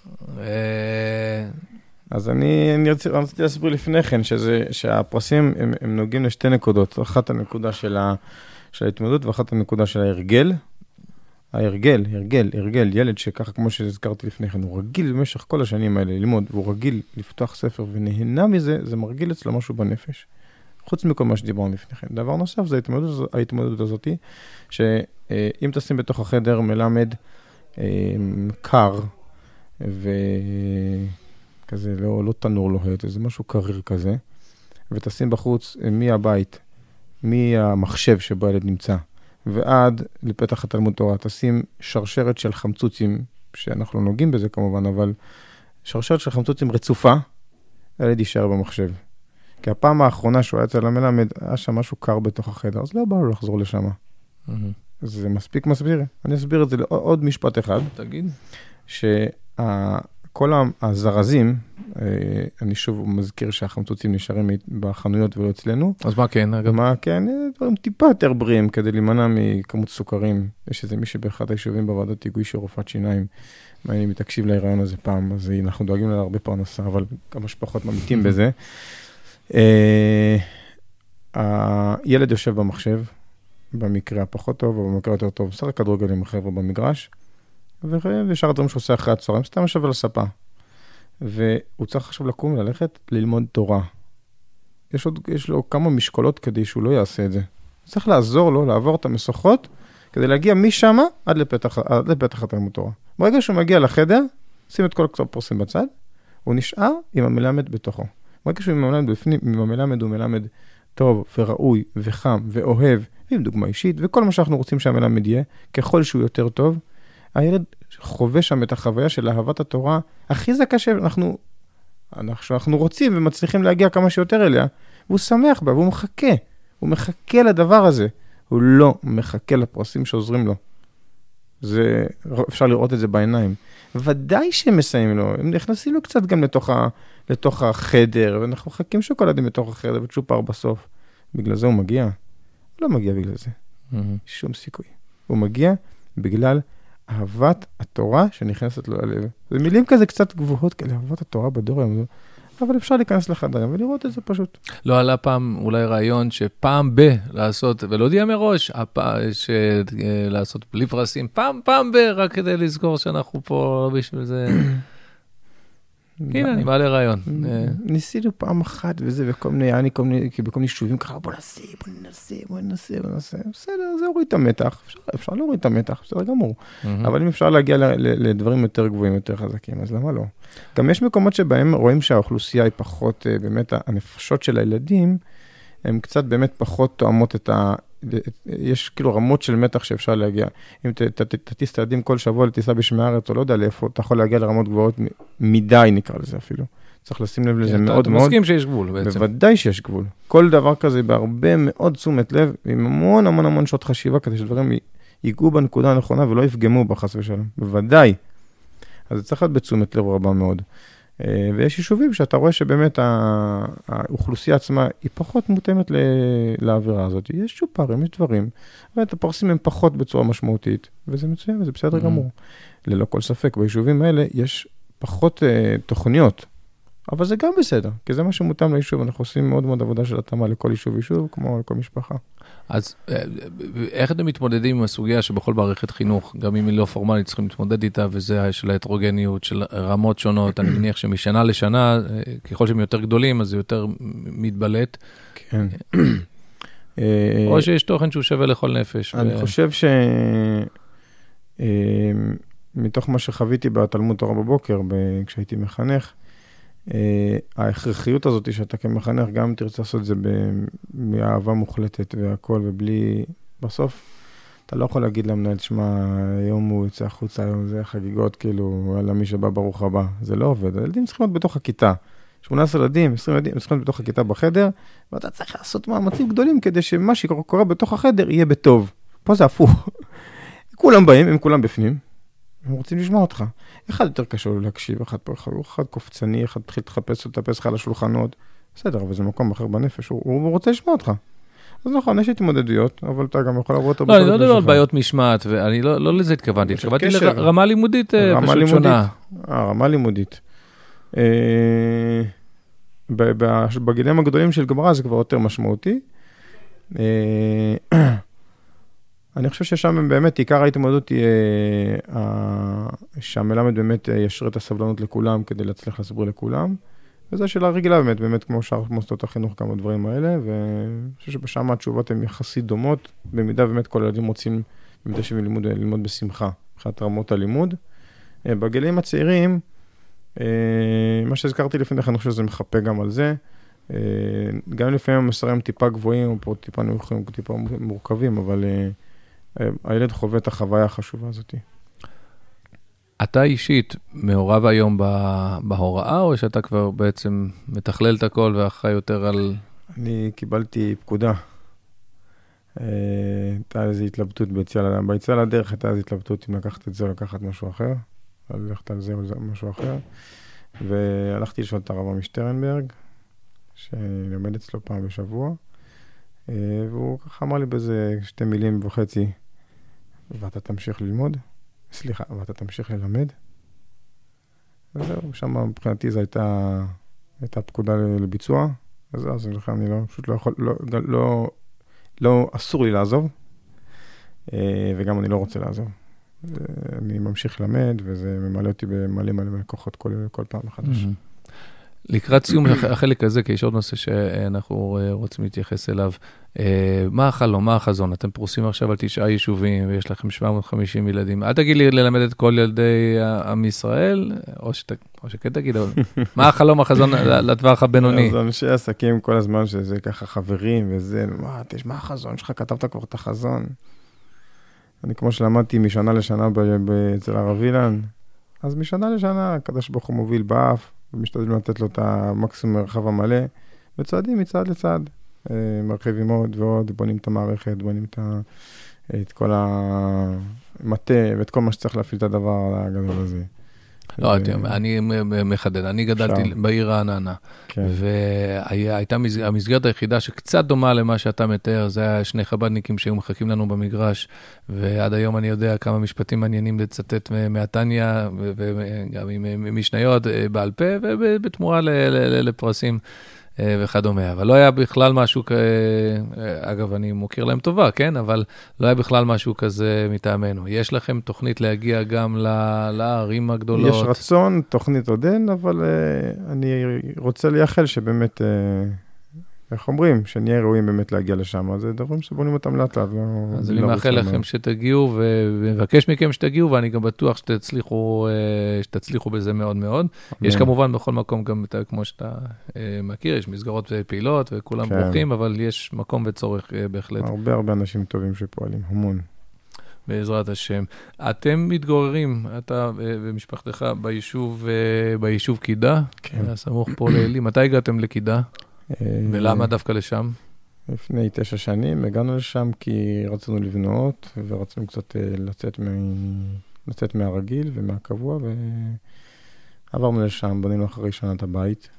Speaker 2: אז אני רציתי להסביר לפני כן, שהפרסים הם נוגעים לשתי נקודות. אחת הנקודה של ההתמודדות, ואחת הנקודה של ההרגל. ההרגל, ילד שככה, כמו שהזכרתי לפני כן, הוא רגיל במשך כל השנים האלה ללמוד, והוא רגיל לפתוח ספר ונהנה מזה, זה מרגיל אצלו משהו בנפש. חוץ מכל מה שדיברנו לפני כן. דבר נוסף, זה ההתמודדות הזאת, שאם תשים בתוך החדר מלמד קר, כזה, לא תנור לוהט, זה משהו קריר כזה, ותשים בחוץ מהבית, מהמחשב שבו הילד נמצא, ועד לפתח התלמוד תורה, תשים שרשרת של חמצוצים, שאנחנו לא נוגעים בזה כמובן, אבל שרשרת של חמצוצים רצופה, הילד יישאר במחשב. כי הפעם האחרונה שהוא היה אצל המלמד, היה שם משהו קר בתוך החדר, אז לא בא לו לחזור לשם. זה מספיק מסביר. אני אסביר את זה לעוד משפט אחד.
Speaker 1: תגיד.
Speaker 2: שכל הזרזים, אני שוב מזכיר שהחמצוצים נשארים בחנויות ולא אצלנו.
Speaker 1: אז מה כן?
Speaker 2: מה כן? דברים טיפה יותר בריאים כדי להימנע מכמות סוכרים. יש איזה מישהו באחד היישובים בוועדת היגוי של רופאת שיניים. מה אני מתקשיב להיריון הזה פעם, אז אנחנו דואגים לה הרבה פרנסה, אבל כמה שפחות ממיתים בזה. הילד יושב במחשב, במקרה הפחות טוב, או במקרה יותר טוב, משחק כדורגל עם החבר'ה במגרש, ושאר הדברים שעושה אחרי הצהריים, סתם יושב על הספה. והוא צריך עכשיו לקום וללכת ללמוד תורה. יש לו כמה משקולות כדי שהוא לא יעשה את זה. צריך לעזור לו לעבור את המשוכות, כדי להגיע משם עד לפתח התלמוד תורה. ברגע שהוא מגיע לחדר, שים את כל הפרוסים בצד, הוא נשאר עם המלמד בתוכו. ברגע שהוא עם המלמד בפנים, עם המלמד הוא מלמד טוב וראוי וחם ואוהב, ועם דוגמה אישית, וכל מה שאנחנו רוצים שהמלמד יהיה, ככל שהוא יותר טוב, הילד חווה שם את החוויה של אהבת התורה הכי זכה שאנחנו רוצים ומצליחים להגיע כמה שיותר אליה, והוא שמח בה, והוא מחכה. הוא מחכה לדבר הזה. הוא לא מחכה לפרסים שעוזרים לו. אפשר לראות את זה בעיניים. ודאי שהם מסיימים לו. הם נכנסים לו קצת גם לתוך החדר, ואנחנו מחכים שוקולדים בתוך החדר, וצ'ופר בסוף. בגלל זה הוא מגיע. הוא לא מגיע בגלל זה. שום סיכוי. הוא מגיע בגלל אהבת התורה שנכנסת לו ללב. זה מילים כזה קצת גבוהות כאלה, אהבת התורה בדור היום. אבל אפשר להיכנס לחדר ולראות את זה פשוט.
Speaker 1: לא עלה פעם אולי רעיון שפעם לעשות, ולהודיע מראש, לעשות בלי פרסים, פעם רק כדי לזכור שאנחנו פה בשביל זה. הנה, אני מעלה רעיון.
Speaker 2: ניסינו פעם אחת וזה, בכל מיני שובים ככה, בוא ננסה. בסדר, זה הוריד את המתח. אפשר להוריד את המתח, בסדר גמור. אבל אם אפשר להגיע לדברים יותר גבוהים, יותר חזקים, אז למה לא? גם יש מקומות שבהם רואים שהאוכלוסייה היא פחות, באמת הנפשות של הילדים, הן קצת באמת פחות תואמות יש כאילו רמות של מתח שאפשר להגיע. אם תטיס את הילדים כל שבוע לטיסה בשמי הארץ, או לא יודע לאיפה, אתה יכול להגיע לרמות גבוהות מדי, נקרא לזה אפילו. צריך לשים לב לזה מאוד מאוד.
Speaker 1: אתה מסכים שיש גבול בעצם.
Speaker 2: בוודאי שיש גבול. כל דבר כזה בהרבה מאוד תשומת לב, עם המון המון המון שעות חשיבה, כדי שדברים ייגעו בנקודה הנכונה ולא יפגמו בחס ושלום. בוודאי. אז זה צריך להיות בתשומת לב רבה מאוד. ויש יישובים שאתה רואה שבאמת האוכלוסייה עצמה היא פחות מותאמת לאווירה הזאת. יש שופרים, יש דברים, ואת הפרסים הם פחות בצורה משמעותית, וזה מצוין, וזה בסדר גמור. ללא כל ספק, ביישובים האלה יש פחות תוכניות, אבל זה גם בסדר, כי זה מה שמותאם ליישוב. אנחנו עושים מאוד מאוד עבודה של התאמה לכל יישוב, כמו לכל משפחה.
Speaker 1: אז איך אתם מתמודדים עם הסוגיה שבכל מערכת חינוך, גם אם היא לא פורמלית, צריכים להתמודד איתה, וזה של ההטרוגניות, של רמות שונות. אני מניח שמשנה לשנה, ככל שהם יותר גדולים, אז זה יותר מתבלט.
Speaker 2: כן.
Speaker 1: או שיש תוכן שהוא שווה לכל נפש.
Speaker 2: אני חושב מתוך מה שחוויתי בתלמוד תורה בבוקר, כשהייתי מחנך, ההכרחיות הזאת שאתה כמחנך גם תרצה לעשות את זה מאהבה מוחלטת והכל, ובלי, בסוף אתה לא יכול להגיד למנהל, תשמע, היום הוא יוצא החוצה, היום זה חגיגות, כאילו, על מי שבא ברוך הבא. זה לא עובד. הילדים צריכים להיות בתוך הכיתה. 18 ילדים, 20 ילדים, צריכים להיות בתוך הכיתה בחדר, ואתה צריך לעשות מאמצים גדולים כדי שמה שקורה בתוך החדר יהיה בטוב. פה זה הפוך. כולם באים, הם כולם בפנים. הם רוצים לשמוע אותך. אחד יותר קשה לו להקשיב, אחד קופצני, אחד מתחיל לטפס לך על השולחנות. בסדר, אבל זה מקום אחר בנפש, הוא רוצה לשמוע אותך. אז נכון, יש התמודדויות, אבל אתה גם יכול לעבור את
Speaker 1: לא, אני לא יודע על בעיות משמעת, ואני לא לזה התכוונתי. התכוונתי לרמה לימודית פשוט שונה.
Speaker 2: רמה לימודית. בגילים הגדולים של גמרא זה כבר יותר משמעותי. אני חושב ששם באמת עיקר ההתמודדות היא שהמלמד באמת ישרה את הסבלנות לכולם כדי להצליח להסביר לכולם. וזו שאלה רגילה באמת כמו שאר מוסדות החינוך, כמה דברים האלה, ואני חושב שבשם התשובות הן יחסית דומות, במידה באמת כל הילדים רוצים במידה שהם ללמוד בשמחה, מבחינת רמות הלימוד. בגילים הצעירים, מה שהזכרתי לפני כן, אני חושב שזה מחפה גם על זה, גם לפעמים המסרים טיפה גבוהים, או פה טיפה נמוכים, טיפה מורכבים, אבל הילד חווה את החוויה החשובה הזאת.
Speaker 1: אתה אישית מעורב היום בהוראה, או שאתה כבר בעצם מתכלל את הכל ואחראי יותר על...
Speaker 2: אני קיבלתי פקודה. הייתה איזו התלבטות ביציאה לדרך, הייתה איזו התלבטות אם לקחת את זה או לקחת משהו אחר, ללכת על זה או משהו אחר, והלכתי לשאול את הרב משטרנברג, שלומד אצלו פעם בשבוע, והוא ככה אמר לי באיזה 2.5 מילים, ואתה תמשיך ללמוד, ואתה תמשיך ללמד, וזהו, שם מבחינתי זו הייתה פקודה לביצוע, אז אני לא, פשוט לא יכול, לא, אסור לי לעזוב, וגם אני לא רוצה לעזוב. אני ממשיך ללמד, וזה ממלא אותי במלא לקוחות כל פעם מחדש.
Speaker 1: לקראת סיום החלק הזה, כי יש עוד נושא שאנחנו רוצים להתייחס אליו, מה החלום, מה החזון? אתם פרוסים עכשיו על 9 יישובים, ויש לכם 750 ילדים. אל תגיד לי ללמד את כל ילדי עם ישראל, או שכן תגיד, מה החלום, החזון לטווח הבינוני?
Speaker 2: אז אנשי עסקים כל הזמן שזה ככה חברים וזה, מה החזון שלך? כתבת כבר את החזון. אני כמו שלמדתי משנה לשנה אצל הרב אילן, אז משנה לשנה הקדוש ברוך הוא מוביל באף, ומשתדלים לתת לו את המקסימום מרחב המלא, וצעדים מצד לצד, מרחיבים עוד ועוד, בונים את המערכת, בונים את כל המטה, ואת כל מה שצריך להפעיל את הדבר הגדול הזה.
Speaker 1: לא, אני מחדד, אני גדלתי בעיר רעננה, והייתה המסגרת היחידה שקצת דומה למה שאתה מתאר, זה היה 2 חב"דניקים שהיו מחכים לנו במגרש, ועד היום אני יודע כמה משפטים מעניינים לצטט מהתניה, וגם עם משניות בעל פה, ובתמורה לפרסים וכדומה. אבל לא היה בכלל משהו, אגב, אני מוכיר להם טובה, כן? אבל לא היה בכלל משהו כזה מטעמנו. יש לכם תוכנית להגיע גם לערים הגדולות?
Speaker 2: יש רצון, תוכנית עוד אין, אבל אני רוצה לייחל שבאמת, איך אומרים, שנהיה ראויים באמת להגיע לשם. אז זה דברים שבונים אותם לאט לאט.
Speaker 1: אז אני מאחל לכם שתגיעו, ומבקש מכם שתגיעו, ואני גם בטוח שתצליחו בזה מאוד מאוד. יש כמובן בכל מקום גם, כמו שאתה מכיר, יש מסגרות פעילות, וכולם ברוכים, אבל יש מקום וצורך בהחלט.
Speaker 2: הרבה אנשים טובים שפועלים, המון.
Speaker 1: בעזרת השם. אתם מתגוררים, אתה ומשפחתך ביישוב קידה, סמוך פה לאלי. מתי הגעתם לקידה? ולמה דווקא לשם?
Speaker 2: לפני 9 שנים הגענו לשם כי רצינו לבנות, ורצינו קצת לצאת מהרגיל ומהקבוע, ועברנו לשם, בנינו אחרי שנה את הבית.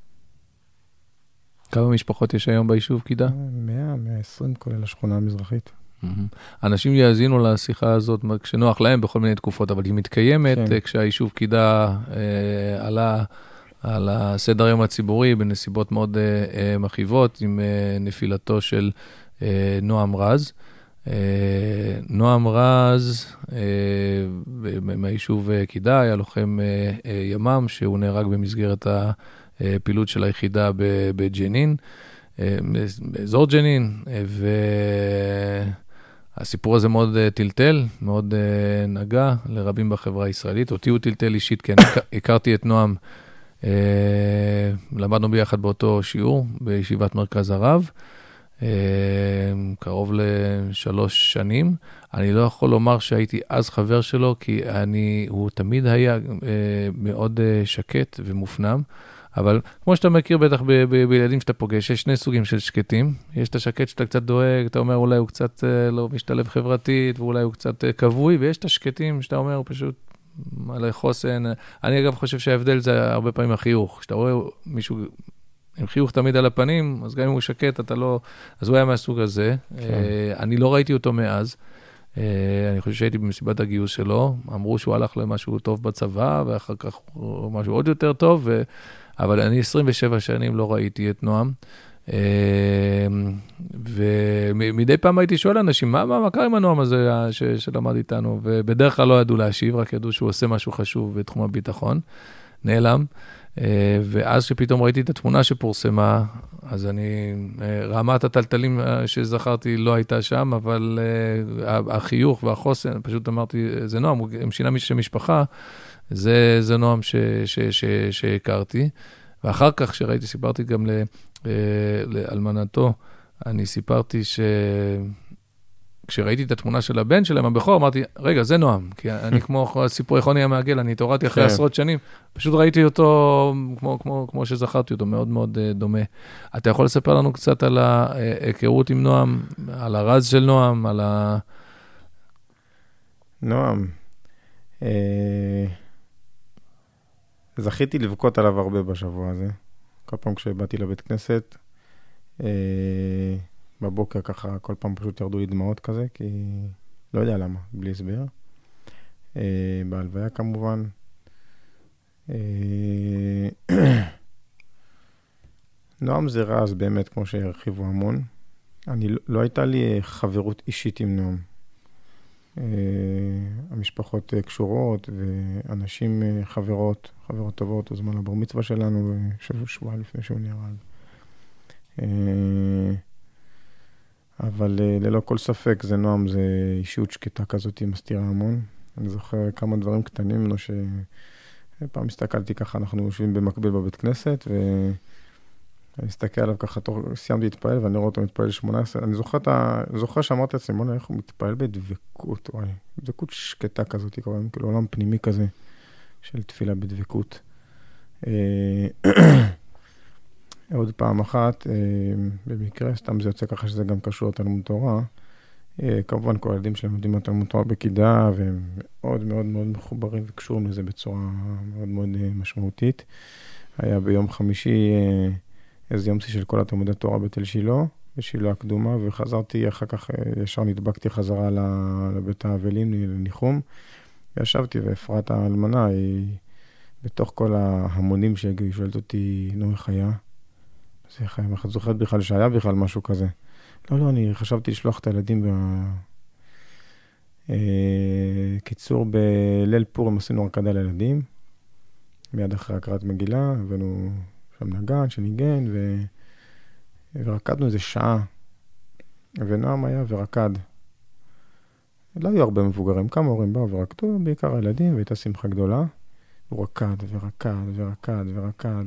Speaker 1: כמה משפחות יש היום ביישוב קידה?
Speaker 2: 120, כולל השכונה המזרחית.
Speaker 1: אנשים יאזינו לשיחה הזאת כשנוח להם בכל מיני תקופות, אבל היא מתקיימת כשהיישוב קידה עלה על הסדר היום הציבורי, בנסיבות מאוד מכאיבות, עם נפילתו של נועם רז. נועם רז, מהיישוב קידה, היה לוחם ימ"מ, שהוא נהרג במסגרת הפעילות של היחידה בג'נין, באזור ג'נין, והסיפור הזה מאוד טלטל, מאוד נגע לרבים בחברה הישראלית. אותי הוא טלטל אישית, כן, הכרתי את נועם, למדנו ביחד באותו שיעור, בישיבת מרכז הרב, קרוב ל3 שנים. אני לא יכול לומר שהייתי אז חבר שלו, כי הוא תמיד היה מאוד שקט ומופנם, אבל כמו שאתה מכיר בטח בילדים שאתה פוגש, יש 2 סוגים של שקטים. יש את השקט שאתה קצת דואג, אתה אומר אולי הוא קצת לא משתלב חברתית, ואולי הוא קצת קבוי, ויש את השקטים שאתה אומר פשוט על חוסן. אני אגב חושב שההבדל זה הרבה פעמים החיוך. כשאתה רואה מישהו עם חיוך תמיד על הפנים, אז גם אם הוא שקט, אתה לא... אז הוא היה מהסוג הזה. אני לא ראיתי אותו מאז. אני חושב שהייתי במסיבת הגיוס שלו. אמרו שהוא הלך למשהו טוב בצבא, ואחר כך משהו עוד יותר טוב, אבל אני 27 שנים לא ראיתי את נועם. ומדי פעם הייתי שואל אנשים, מה קרה עם הנועם הזה שלמד איתנו? ובדרך כלל לא ידעו להשיב, רק ידעו שהוא עושה משהו חשוב בתחום הביטחון. נעלם. ואז שפתאום ראיתי את התמונה שפורסמה, אז רמת הטלטלים שזכרתי לא הייתה שם, אבל החיוך והחוסן, פשוט אמרתי, זה נועם, הם שינה שם משפחה, זה נועם שהכרתי. ואחר כך שראיתי, סיפרתי גם לאלמנתו, אני סיפרתי כשראיתי את התמונה של הבן שלהם, הבכור, אמרתי, רגע, זה נועם, כי אני כמו סיפורי חוני המעגל, אני התעוררתי אחרי עשרות שנים, פשוט ראיתי אותו כמו שזכרתי אותו, מאוד מאוד דומה. אתה יכול לספר לנו קצת על ההיכרות עם נועם, על הרז של נועם, על ה...
Speaker 2: נועם, זכיתי לבכות עליו הרבה בשבוע הזה. כל פעם כשבאתי לבית כנסת, בבוקר ככה, כל פעם פשוט ירדו לי דמעות כזה, כי לא יודע למה, בלי הסבר. בהלוויה כמובן. נועם זה רז באמת, כמו שהרחיבו המון. לא הייתה לי חברות אישית עם נועם. המשפחות קשורות, ואנשים חברות טובות, הוזמן לבר מצווה שלנו, שבוע לפני שהוא נהרג. אבל ללא כל ספק, זה נועם, זה אישיות שקטה כזאת, היא מסתירה המון. אני זוכר כמה דברים קטנים ממנו, שפעם הסתכלתי ככה, אנחנו יושבים במקביל בבית כנסת, ואני מסתכל עליו ככה, סיימתי להתפעל, ואני רואה אותו מתפעל 18. אני זוכר שאמרתי לעצמי, בוא נראה איך הוא מתפעל בדבקות, וואי, דבקות שקטה כזאת, קוראים, כאילו עולם פנימי כזה, של תפילה בדבקות. עוד פעם אחת, במקרה, סתם זה יוצא ככה שזה גם קשור לתלמוד תורה. כמובן, כל הילדים שלהם לומדים בתלמוד תורה בכידה, והם מאוד מאוד מאוד מחוברים וקשורים לזה בצורה מאוד מאוד משמעותית. היה ביום חמישי איזה יום של כל התלמודי תורה בתל שילה, בשילה הקדומה, וחזרתי אחר כך, ישר נדבקתי חזרה לבית האבלים, לניחום. וישבתי, ואפרת האלמנה, היא בתוך כל ההמונים שהגיעו, היא שואלת אותי, נו, איך היה? זה איך היה? את זוכרת בכלל שהיה בכלל משהו כזה? לא, אני חשבתי לשלוח את הילדים קיצור, בליל פורים עשינו רקדה לילדים, מיד אחרי הקראת מגילה, הבאנו שם נגן שניגן, ורקדנו איזה שעה, ונועם היה ורקד. לא היו הרבה מבוגרים, כמה הורים באו ורקדו, בעיקר הילדים, והייתה שמחה גדולה. הוא רקד ורקד ורקד ורקד.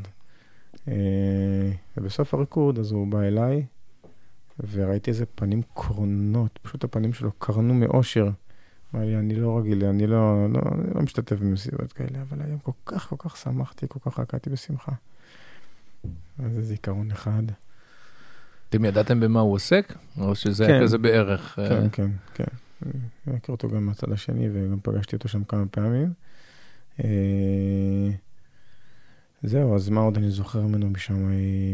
Speaker 2: ובסוף הריקוד, אז הוא בא אליי, וראיתי איזה פנים קרונות, פשוט הפנים שלו קרנו מאושר. אמר לי, אני לא רגיל, אני לא משתתף במסיבות כאלה, אבל היום כל כך שמחתי, כל כך רקדתי בשמחה. אז זה זיכרון אחד.
Speaker 1: אתם ידעתם במה הוא עוסק? או שזה היה כזה בערך?
Speaker 2: כן. אני מכיר אותו גם מהצד השני, וגם פגשתי אותו שם כמה פעמים. זהו, אז מה עוד אני זוכר ממנו משם,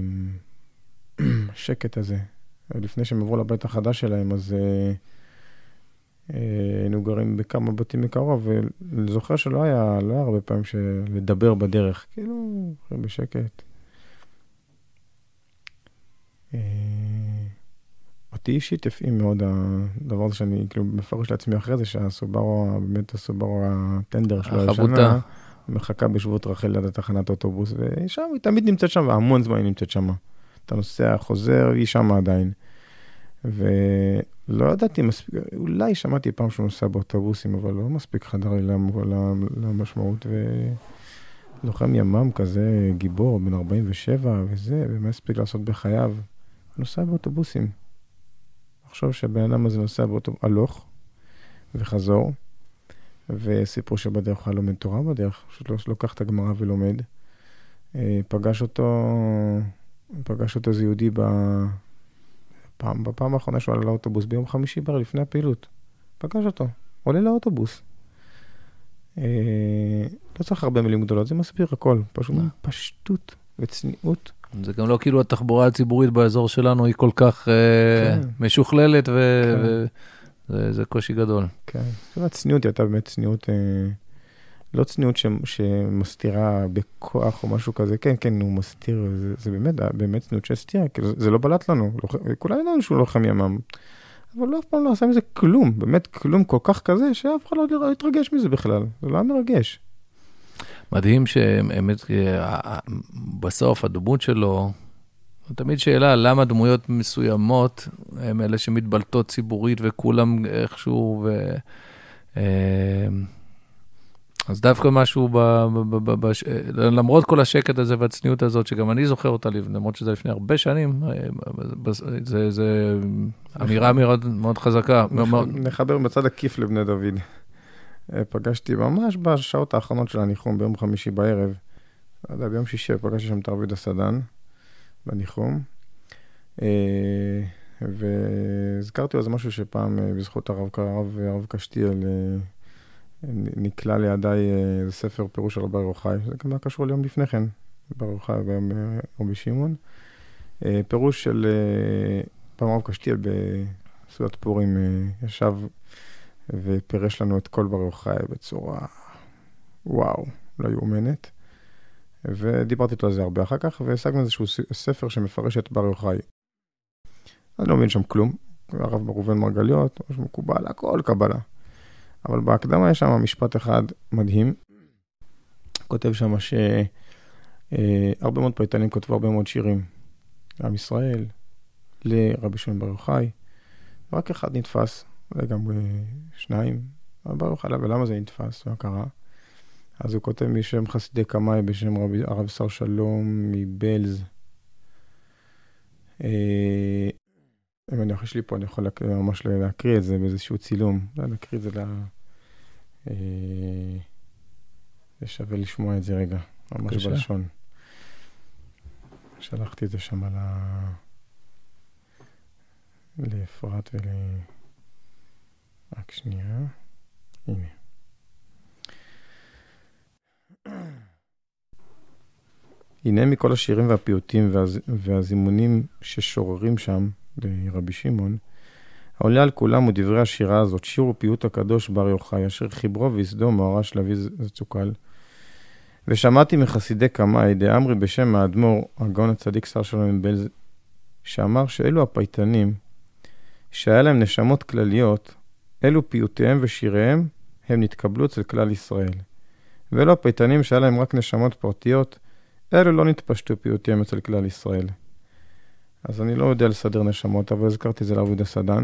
Speaker 2: השקט הזה. לפני שהם עברו לבית החדש שלהם, אז היינו גרים בכמה בתים מקרוב, ואני זוכר שלא היה הרבה פעמים לדבר בדרך, כאילו, בשקט. אותי אישית יפעים מאוד הדבר הזה שאני כאילו מפרש לעצמי אחרי זה, שהסוברו, באמת הסוברו הטנדר שלו הישנה, מחכה בשבות רחל עד תחנת אוטובוס, ושם היא תמיד נמצאת שם, והמון זמן היא נמצאת שם. אתה נוסע, חוזר, היא שם עדיין. ולא ידעתי מספיק, אולי שמעתי פעם שהוא נוסע באוטובוסים, אבל לא מספיק חדר לי למשמעות, ולוחם ימם כזה, גיבור, בן 47 וזה, ומה הספיק לעשות בחייו? נוסע באוטובוסים. עכשיו שהבן אדם הזה נוסע באוטובוס, הלוך וחזור, וסיפרו שבדרך הוא לומד תורה בדרך, פשוט לא לוקח את הגמרא ולומד. פגש אותו איזה יהודי בפעם האחרונה שהוא עלה לאוטובוס, ביום חמישי בערב לפני הפעילות. פגש אותו, עולה לאוטובוס. לא צריך הרבה מילים גדולות, זה מסביר הכל. פשוט פשטות וצניעות. זה
Speaker 1: גם לא כאילו התחבורה הציבורית באזור שלנו היא כל כך משוכללת, וזה קושי גדול.
Speaker 2: כן, הצניעות הייתה באמת צניעות, לא צניעות שמסתירה בכוח או משהו כזה, כן, הוא מסתיר, זה באמת צניעות שהסתירה, זה לא בלט לנו, כולם ידענו שהוא לוחם ימם, אבל לא אף פעם לא עשה מזה כלום, באמת כלום כל כך כזה, שאף אחד לא יתרגש מזה בכלל, זה לא מרגש.
Speaker 1: מדהים שבאמת בסוף הדמות שלו, תמיד שאלה למה דמויות מסוימות הם אלה שמתבלטות ציבורית וכולם איכשהו אז דווקא משהו, למרות כל השקט הזה והצניעות הזאת, שגם אני זוכר אותה, למרות שזה לפני הרבה שנים, זה אמירה מאוד חזקה.
Speaker 2: נחבר בצד עקיף לבני דוד. פגשתי ממש בשעות האחרונות של הניחום, ביום חמישי בערב, ביום שישי פגשתי שם את הרב יהודה סדן, בניחום, והזכרתי לו, זה משהו שפעם בזכות הרב קשתיאל, נקלע לידיי ספר פירוש על בר יוחאי, זה גם היה קשור ליום לפני כן, בר יוחאי וביום רבי שמעון. פירוש של פעם הרב קשתיאל בסעודת פורים ישב ופירש לנו את כל בר יוחאי בצורה וואו, לא יאומנת. ודיברתי איתו על זה הרבה אחר כך, והשגנו איזשהו ספר שמפרש את בר יוחאי. אני לא מבין שם כלום, הרב ראובן מרגליות, משהו מקובל, הכל קבלה. אבל בהקדמה יש שם משפט אחד מדהים, כותב שם שהרבה מאוד פייטנים כותבו הרבה מאוד שירים, לעם ישראל, לרבי שמעון בר יוחאי, רק אחד נתפס, וגם שניים, בר יוחאי, ולמה זה נתפס? מה קרה? אז הוא כותב משם חסידי קמאי בשם הרב שר שלום מבלז. אם אני יש לי פה, אני יכול ממש להקריא את זה באיזשהו צילום. להקריא את זה זה שווה לשמוע את זה רגע, ממש בלשון. שלחתי את זה שם לאפרת רק שנייה. הנה. הנה מכל השירים והפיוטים והזימונים ששוררים שם לרבי שמעון, העולה על כולם הוא דברי השירה הזאת, שיר ופיוט הקדוש בר יוחאי, אשר חיברו ויסדו מוארש לאבי זצוקל. ושמעתי מחסידי קמאי, דאמרי בשם האדמו"ר, הגאון הצדיק שר שלום מבלז, שאמר שאלו הפייטנים, שהיה להם נשמות כלליות, אלו פיוטיהם ושיריהם, הם נתקבלו אצל כלל ישראל. ואלו הפייטנים שהיה להם רק נשמות פרטיות, אלו לא נתפשטו פיוטיהם אצל כלל ישראל. אז אני לא יודע לסדר נשמות, אבל הזכרתי את זה לרב יהודה סדן.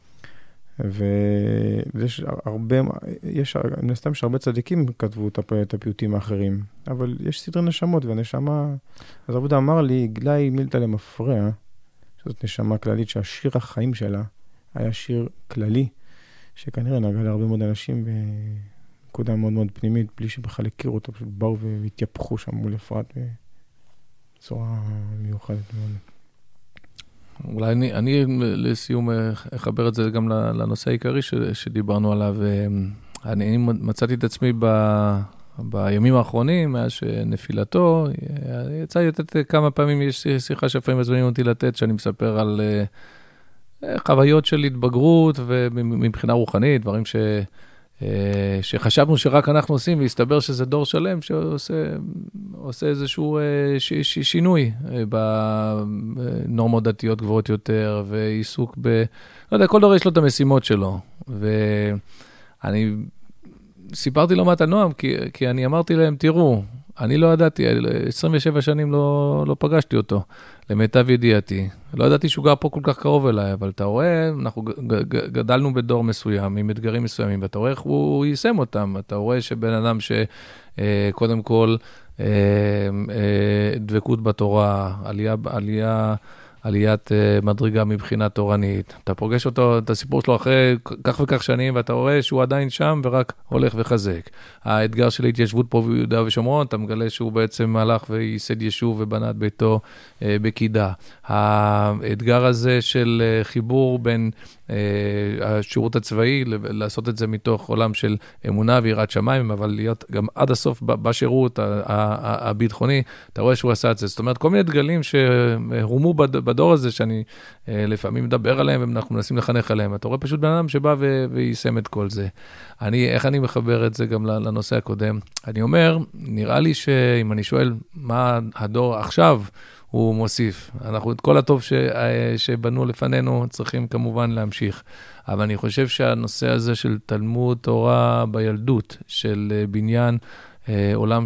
Speaker 2: ויש הרבה, נסתם שהרבה צדיקים כתבו את הפיוטים האחרים, אבל יש סדרי נשמות, והנשמה, אז הרב יהודה אמר לי, גלי מילתא למפרע, שזאת נשמה כללית, שהשיר החיים שלה היה שיר כללי, שכנראה נגע להרבה מאוד אנשים בנקודה מאוד מאוד פנימית, בלי שבכלל הכירו אותו, פשוט באו והתייפחו שם מול אפרת בצורה מיוחדת מאוד.
Speaker 1: אולי אני לסיום אחבר את זה גם לנושא העיקרי שדיברנו עליו. אני מצאתי את עצמי בימים האחרונים, מאז שנפילתו, יצא לי לתת כמה פעמים, יש שיחה שפעמים מזמינים אותי לתת, שאני מספר על חוויות של התבגרות, ומבחינה רוחנית, דברים שחשבנו שרק אנחנו עושים, והסתבר שזה דור שלם שעושה איזשהו שינוי בנורמות דתיות גבוהות יותר, ועיסוק לא יודע, כל דור יש לו את המשימות שלו. ואני סיפרתי לו מעט על נועם, כי אני אמרתי להם, תראו, אני לא ידעתי, 27 שנים לא פגשתי אותו, למיטב ידיעתי. לא ידעתי שהוא גר פה כל כך קרוב אליי, אבל אתה רואה, אנחנו גדלנו בדור מסוים, עם אתגרים מסוימים, ואתה רואה איך הוא יישם אותם. אתה רואה שבן אדם שקודם כל דבקות בתורה, עליית מדרגה מבחינה תורנית. אתה פוגש אותו, את הסיפור שלו אחרי כך וכך שנים, ואתה רואה שהוא עדיין שם ורק הולך וחזק. האתגר של ההתיישבות פה ביהודה ושומרון, אתה מגלה שהוא בעצם הלך וייסד יישוב ובנה את ביתו בקידה. האתגר הזה של חיבור בין השירות הצבאי, לעשות את זה מתוך עולם של אמונה ויראת שמיים, אבל להיות גם עד הסוף בשירות הביטחוני, אתה רואה שהוא עשה את זה. זאת אומרת, כל מיני דגלים שהורמו בדור הזה, שאני לפעמים מדבר עליהם, ואנחנו מנסים לחנך עליהם. אתה רואה פשוט בן אדם שבא ויישם את כל זה. איך אני מחבר את זה גם לנושא הקודם? אני אומר, נראה לי שאם אני שואל מה הדור עכשיו, הוא מוסיף. אנחנו את כל הטוב שבנו לפנינו צריכים כמובן להמשיך. אבל אני חושב שהנושא הזה של תלמוד תורה בילדות, של בניין עולם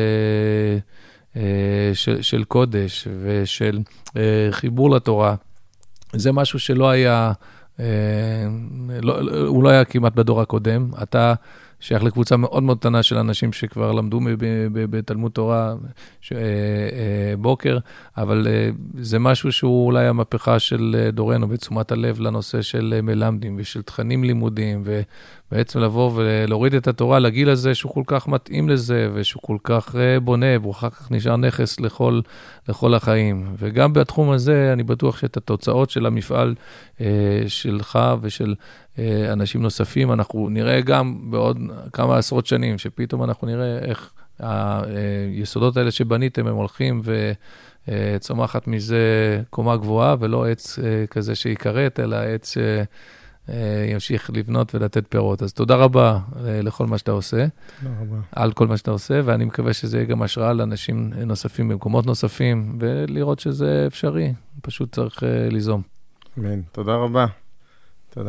Speaker 1: של קודש ושל חיבור לתורה, זה משהו שלא היה, הוא לא היה כמעט בדור הקודם. אתה שייך לקבוצה מאוד מאוד קטנה של אנשים שכבר למדו בתלמוד תורה בוקר, אבל זה משהו שהוא אולי המהפכה של דורנו, בתשומת הלב לנושא של מלמדים ושל תכנים לימודיים, ובעצם לבוא ולהוריד את התורה לגיל הזה שהוא כל כך מתאים לזה, ושהוא כל כך בונה, והוא אחר כך נשאר נכס לכל החיים. וגם בתחום הזה אני בטוח שאת התוצאות של המפעל שלך ושל אנשים נוספים, אנחנו נראה גם בעוד כמה עשרות שנים, שפתאום אנחנו נראה איך היסודות האלה שבניתם, הם הולכים וצומחת מזה קומה גבוהה, ולא עץ כזה שיקראת, אלא עץ שימשיך לבנות ולתת פירות. אז תודה רבה לכל מה שאתה עושה.
Speaker 2: תודה רבה.
Speaker 1: על כל מה שאתה עושה, ואני מקווה שזה יהיה גם השראה לאנשים נוספים במקומות נוספים, ולראות שזה אפשרי. פשוט צריך ליזום.
Speaker 2: אמן. תודה רבה. תודה.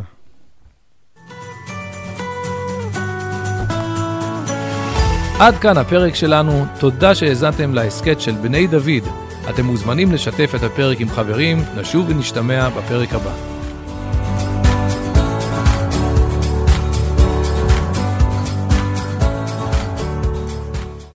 Speaker 1: עד כאן הפרק שלנו, תודה שהאזנתם להסכת של בני דוד. אתם מוזמנים לשתף את הפרק עם חברים, נשוב ונשתמע בפרק הבא.